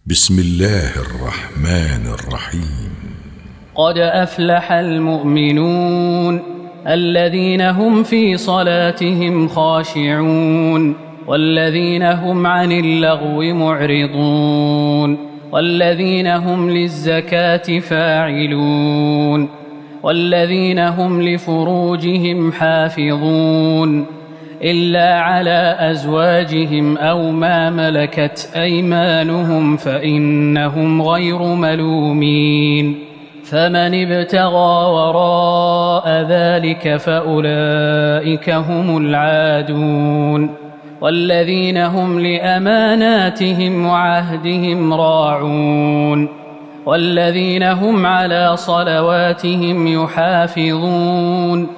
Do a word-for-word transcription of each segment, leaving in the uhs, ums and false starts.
بسم الله الرحمن الرحيم. قد أفلح المؤمنون الذين هم في صلاتهم خاشعون والذين هم عن اللغو معرضون والذين هم للزكاة فاعلون والذين هم لفروجهم حافظون إلا على أزواجهم أو ما ملكت أيمانهم فإنهم غير ملومين فمن ابتغى وراء ذلك فأولئك هم العادون والذين هم لأماناتهم وعهدهم راعون والذين هم على صلواتهم يحافظون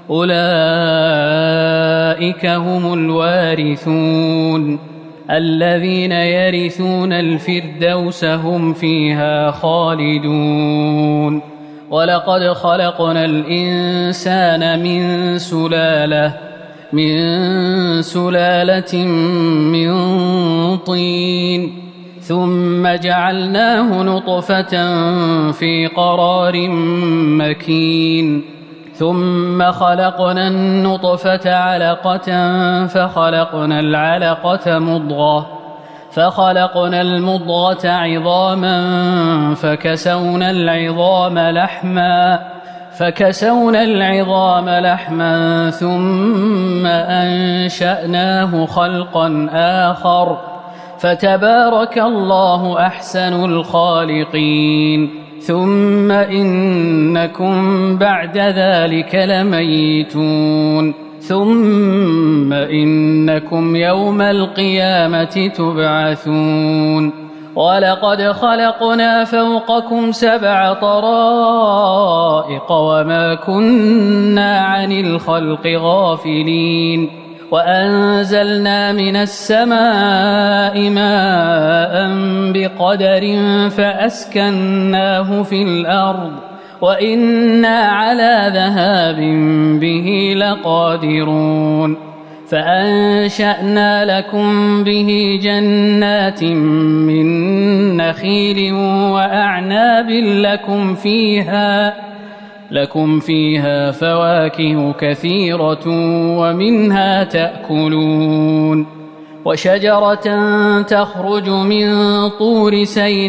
أولئك هم الوارثون الذين يرثون الفردوس هم فيها خالدون. ولقد خلقنا الإنسان من سلالة من سلالة من طين ثم جعلناه نطفة في قرار مكين ثم خلقنا النطفة علقة فخلقنا العلقة مضغة فخلقنا المضغة عظاما فكسونا العظام لحما فكسونا العظام لحما ثم أنشأناه خلقا آخر فتبارك الله أحسن الخالقين. ثم إنكم بعد ذلك لميتون ثم إنكم يوم القيامة تبعثون. ولقد خلقنا فوقكم سبع طرائق وما كنا عن الخلق غافلين وأنزلنا من السماء ماء بقدر فأسكناه في الأرض وإنا على ذهاب به لقادرون. فأنشأنا لكم به جنات من نخيل وأعناب لكم فيها لكم فيها فواكه كثيرة ومنها تأكلون. وشجرة تخرج من طور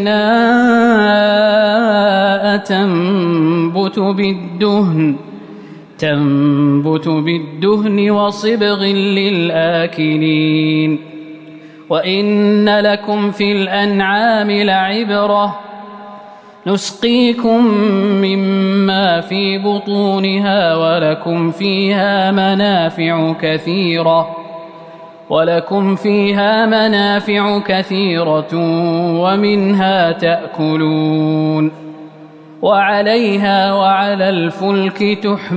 سيناء تنبت بالدهن تنبت بالدهن وصبغ للآكلين. وإن لكم في الأنعام لعبرة نسقيكم مما في بطونها ولكم فيها منافع كثيرة ولكم فيها منافع كثيرة ومنها تأكلون وعليها وعلى الفلك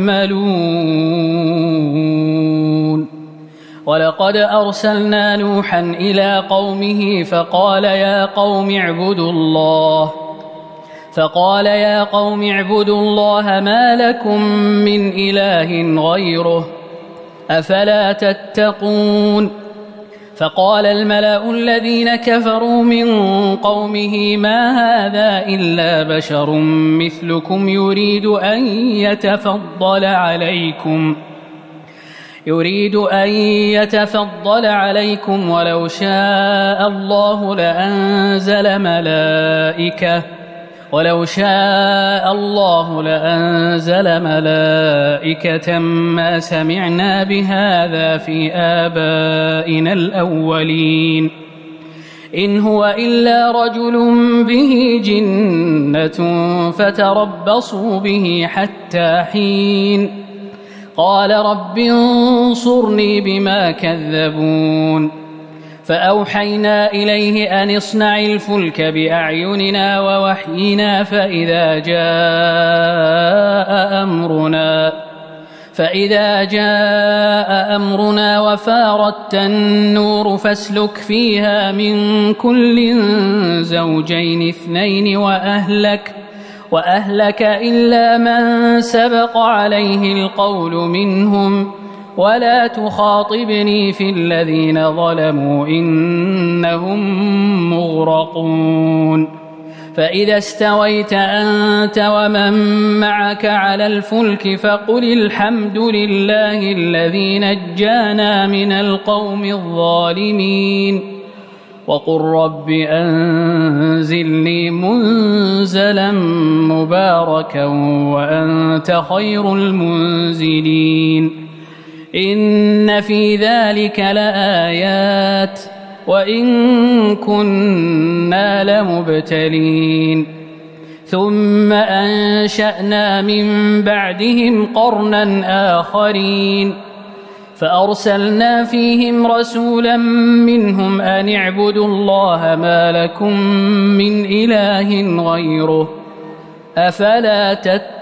تحملون. ولقد أرسلنا نوحا إلى قومه فقال يا قوم اعبدوا الله فقال يا قوم اعبدوا الله ما لكم من إله غيره أفلا تتقون. فقال الملأ الذين كفروا من قومه ما هذا إلا بشر مثلكم يريد أن يتفضل عليكم يريد أن يتفضل عليكم ولو شاء الله لأنزل ملائكة ولو شاء الله لأنزل ملائكة ما سمعنا بهذا في آبائنا الأولين إن هو إلا رجل به جنة فتربصوا به حتى حين. قال رب انصرني بما كذبون. فأوحينا إليه أن اصنع الفلك بأعيننا ووحينا فإذا جاء أمرنا فإذا جاء أمرنا وفارت النور فاسلك فيها من كل زوجين اثنين وأهلك وأهلك إلا من سبق عليه القول منهم ولا تخاطبني في الذين ظلموا إنهم مغرقون فإذا استويت أنت ومن معك على الفلك فقل الحمد لله الذي نجانا من القوم الظالمين وقل رب أنزلني منزلا مباركا وأنت خير المنزلين إن في ذلك لآيات وإن كنا لمبتلين ثم أنشأنا من بعدهم قرنا آخرين فأرسلنا فيهم رسولا منهم أن اعبدوا الله ما لكم من إله غيره أفلا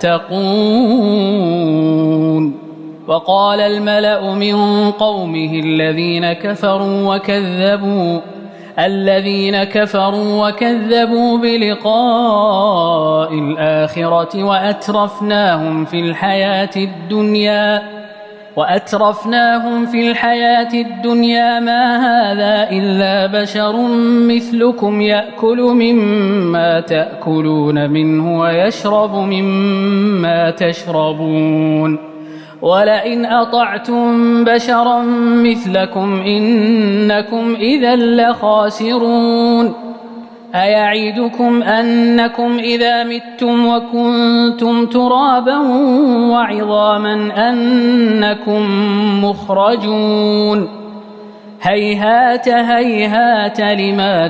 تتقون وقال الملأ من قومه الذين كفروا وكذبوا الذين كفروا وكذبوا بلقاء الآخرة وأترفناهم في الحياة الدنيا وأترفناهم في الحياة الدنيا ما هذا إلا بشر مثلكم يأكل مما تأكلون منه ويشرب مما تشربون ولئن أطعتم بشرا مثلكم إنكم إذا لخاسرون أيعدكم أنكم إذا متم وكنتم ترابا وعظاما أنكم مخرجون هيهات هيهات لما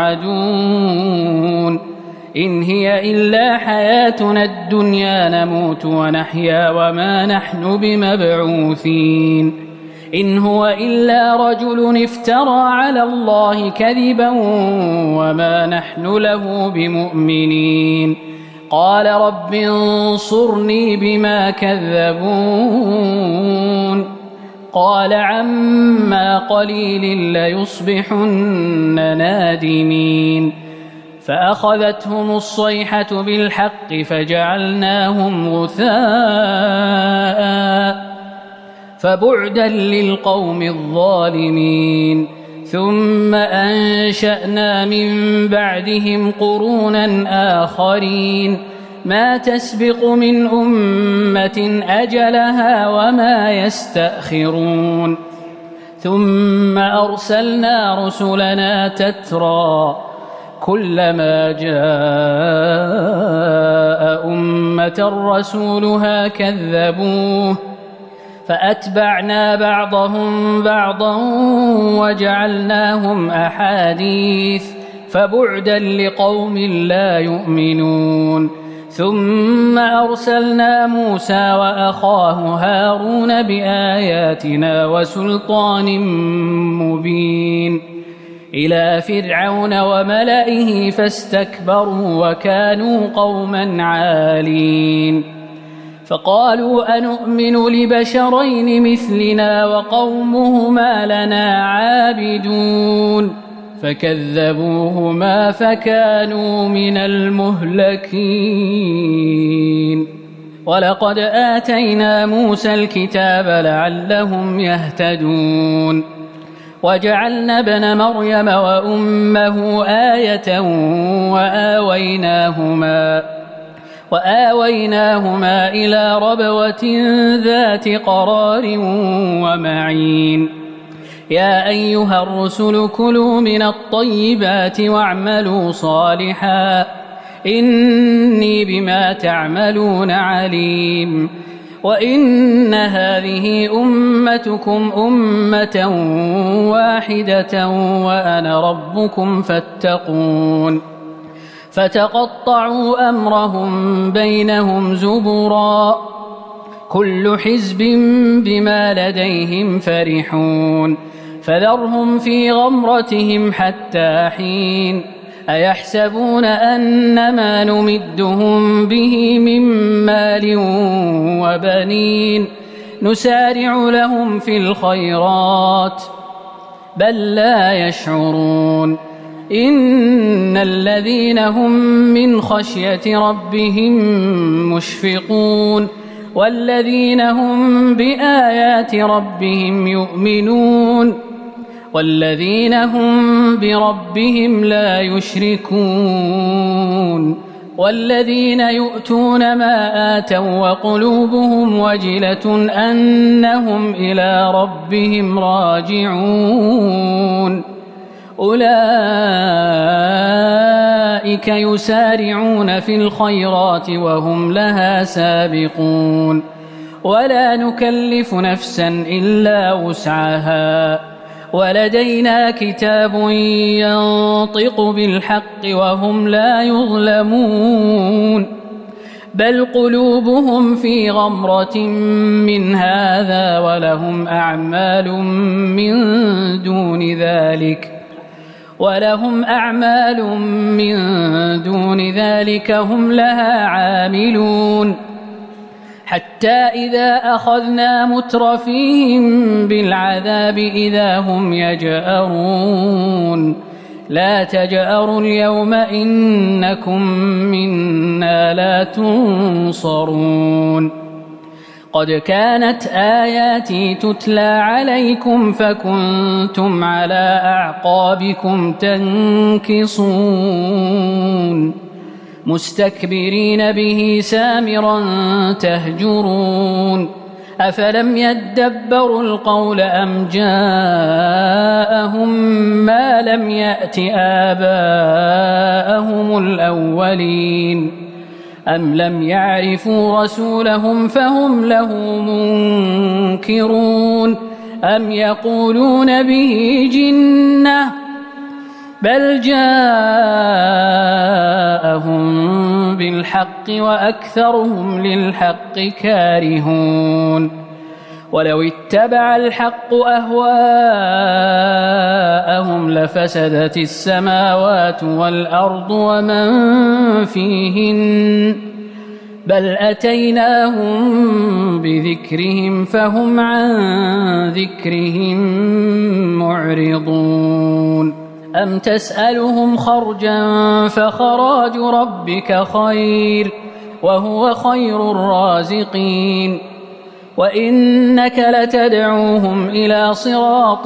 توعدون إن هي إلا حياتنا الدنيا نموت ونحيا وما نحن بمبعوثين إن هو إلا رجل افترى على الله كذبا وما نحن له بمؤمنين قال رب انصرني بما كذبون قال عما قليل ليصبحن نادمين فأخذتهم الصيحة بالحق فجعلناهم غثاء فبعدا للقوم الظالمين ثم أنشأنا من بعدهم قرونا آخرين ما تسبق من أمة أجلها وما يستأخرون ثم أرسلنا رسلنا تترى كلما جاء أمة رسولها كذبوه فأتبعنا بعضهم بعضا وجعلناهم أحاديث فبعدا لقوم لا يؤمنون ثم أرسلنا موسى وأخاه هارون بآياتنا وسلطان مبين إلى فرعون وملئه فاستكبروا وكانوا قوما عالين فقالوا أنؤمن لبشرين مثلنا وقومهما لنا عابدون فكذبوهما فكانوا من المهلكين ولقد آتينا موسى الكتاب لعلهم يهتدون وجعلنا ابن مريم وأمه آية وآويناهما وآويناهما إلى ربوة ذات قرار ومعين يا أيها الرسل كلوا من الطيبات واعملوا صالحا إني بما تعملون عليم وإن هذه أمتكم أمة واحدة وأنا ربكم فاتقون فتقطعوا أمرهم بينهم زبرا كل حزب بما لديهم فرحون فذرهم في غمرتهم حتى حين أيحسبون أنما نمدهم به من مال وبنين نسارع لهم في الخيرات بل لا يشعرون إن الذين هم من خشية ربهم مشفقون والذين هم بآيات ربهم يؤمنون والذين هم بربهم لا يشركون والذين يؤتون ما آتوا وقلوبهم وجلة أنهم إلى ربهم راجعون أولئك يسارعون في الخيرات وهم لها سابقون ولا نكلف نفسا إلا وسعها ولدينا كتاب ينطق بالحق وهم لا يظلمون بل قلوبهم في غمرة من هذا ولهم أعمال من دون ذلك ولهم أعمال من دون ذلك هم لها عاملون حتى إذا أخذنا مترفيهم بالعذاب إذا هم يجأرون لا تجأروا اليوم إنكم منا لا تنصرون قد كانت آياتي تتلى عليكم فكنتم على أعقابكم تنكصون مستكبرين به سامرا تهجرون أفلم يدبروا القول أم جاءهم ما لم يأت آباءهم الأولين أم لم يعرفوا رسولهم فهم له منكرون أم يقولون به جنة بل جاءهم بالحق وأكثرهم للحق كارهون ولو اتبع الحق أهواءهم لفسدت السماوات والأرض ومن فيهن بل أتيناهم بذكرهم فهم عن ذكرهم معرضون أم تسألهم خرجا فخراج ربك خير وهو خير الرازقين وإنك لتدعوهم إلى صراط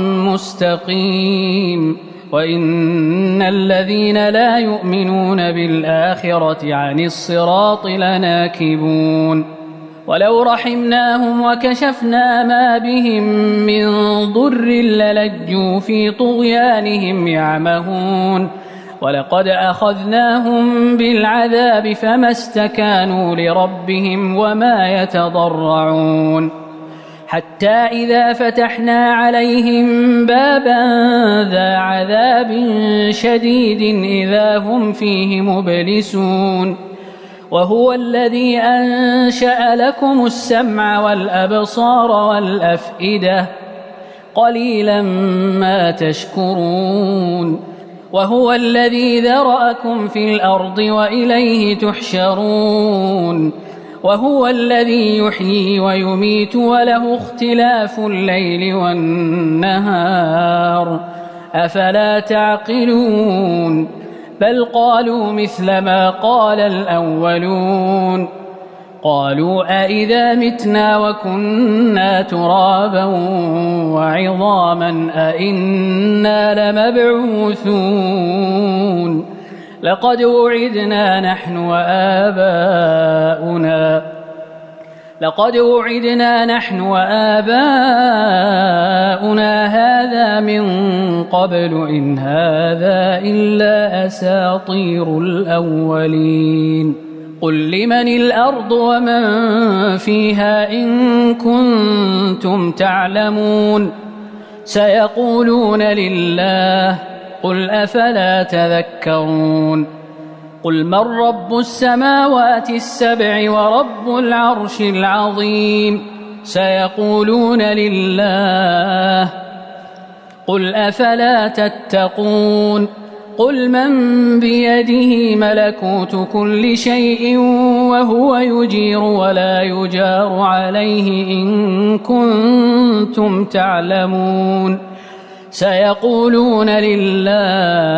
مستقيم وإن الذين لا يؤمنون بالآخرة عن الصراط لناكبون ولو رحمناهم وكشفنا ما بهم من ضر للجوا في طغيانهم يعمهون ولقد أخذناهم بالعذاب فما استكانوا لربهم وما يتضرعون حتى إذا فتحنا عليهم بابا ذا عذاب شديد إذا هم فيه مبلسون وهو الذي أنشأ لكم السمع والأبصار والأفئدة قليلا ما تشكرون وهو الذي ذرأكم في الأرض وإليه تحشرون وهو الذي يحيي ويميت وله اختلاف الليل والنهار أفلا تعقلون بل قالوا مثل ما قال الأولون قالوا أئذا متنا وكنا ترابا وعظاما أئنا لمبعوثون لقد وعدنا نحن وآباؤنا لقد وعدنا نحن وآباؤنا هذا من قبل إن هذا إلا أساطير الأولين قل لمن الأرض ومن فيها إن كنتم تعلمون سيقولون لله قل أفلا تذكرون قل من رب السماوات السبع ورب العرش العظيم سيقولون لله قل أفلا تتقون قل من بيده ملكوت كل شيء وهو يجير ولا يجار عليه إن كنتم تعلمون سيقولون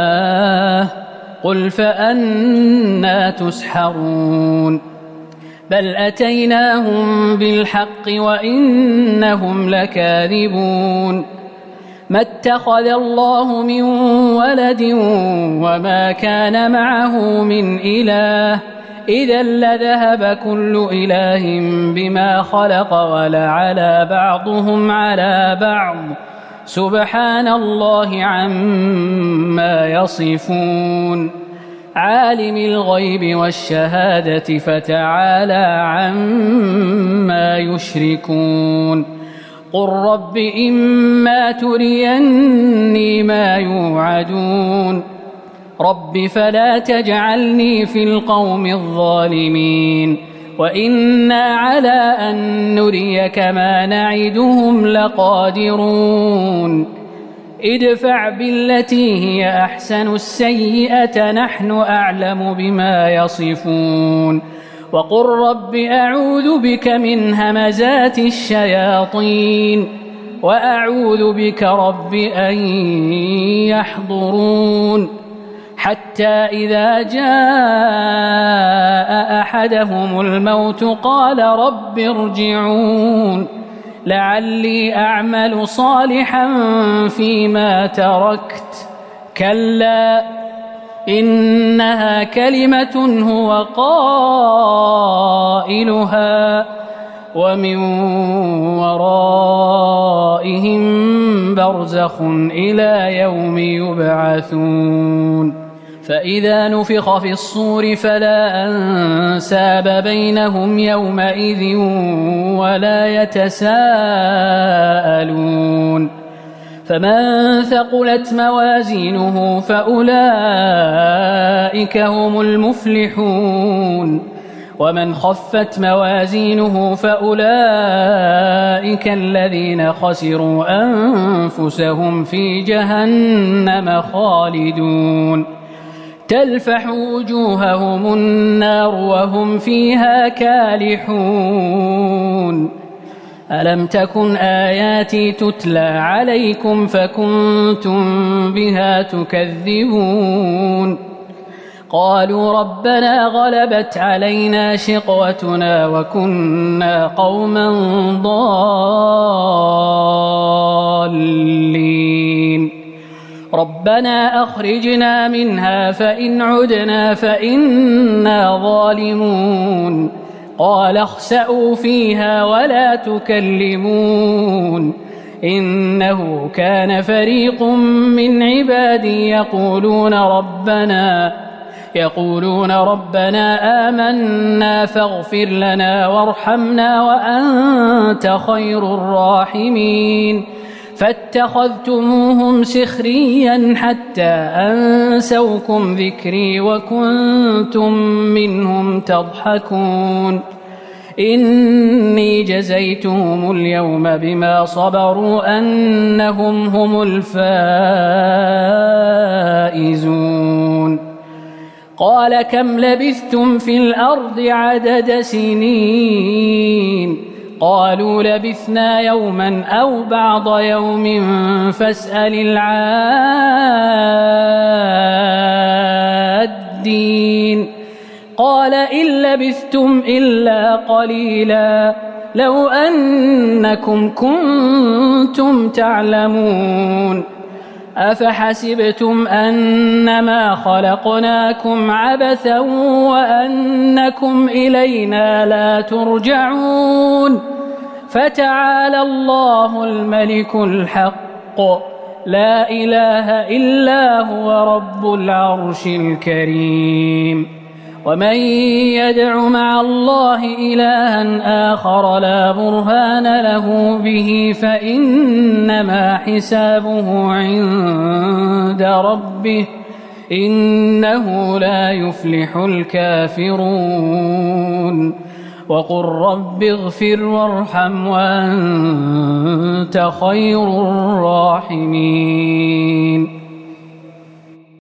لله قل فأنى تسحرون بل أتيناهم بالحق وإنهم لكاذبون ما اتخذ الله من ولد وما كان معه من إله إذا لذهب كل إله بما خلق ولعلى بعضهم على بعض سبحان الله عما يصفون عالم الغيب والشهادة فتعالى عما يشركون قل رب إما تريني ما يوعدون رب فلا تجعلني في القوم الظالمين وإنا على أن نريك ما نعدهم لقادرون ادفع بالتي هي أحسن السيئة نحن أعلم بما يصفون وقل رب أعوذ بك من همزات الشياطين وأعوذ بك رب أن يحضرون حتى إذا جاء أحدهم الموت قال رب ارجعون لعلي أعمل صالحا فيما تركت كلا إنها كلمة هو قائلها ومن ورائهم برزخ إلى يوم يبعثون فإذا نفخ في الصور فلا أنساب بينهم يومئذ ولا يتساءلون فمن ثقلت موازينه فأولئك هم المفلحون ومن خفت موازينه فأولئك الذين خسروا أنفسهم في جهنم خالدون تلفح وجوههم النار وهم فيها كالحون ألم تكن آياتي تتلى عليكم فكنتم بها تكذبون قالوا ربنا غلبت علينا شقوتنا وكنا قوما ضالين ربنا أخرجنا منها فإن عدنا فإنا ظالمون قال اخسأوا فيها ولا تكلمون إنه كان فريق من عبادي يقولون ربنا يقولون ربنا آمنا فاغفر لنا وارحمنا وأنت خير الراحمين فاتخذتموهم سخريا حتى أنسوكم ذكري وكنتم منهم تضحكون إني جزيتهم اليوم بما صبروا أنهم هم الفائزون قال كم لبثتم في الأرض عدد سنين قالوا لبثنا يوما أو بعض يوم فاسأل العادين قال إن لبثتم إلا قليلا لو أنكم كنتم تعلمون أفحسبتم أنما خلقناكم عبثا وأنكم إلينا لا ترجعون فتعالى الله الملك الحق لا إله إلا هو رب العرش الكريم ومن يدع مع الله إلها آخر لا برهان له به فإنما حسابه عند ربه إنه لا يفلح الكافرون وقل رب اغفر وارحم وأنت خير الراحمين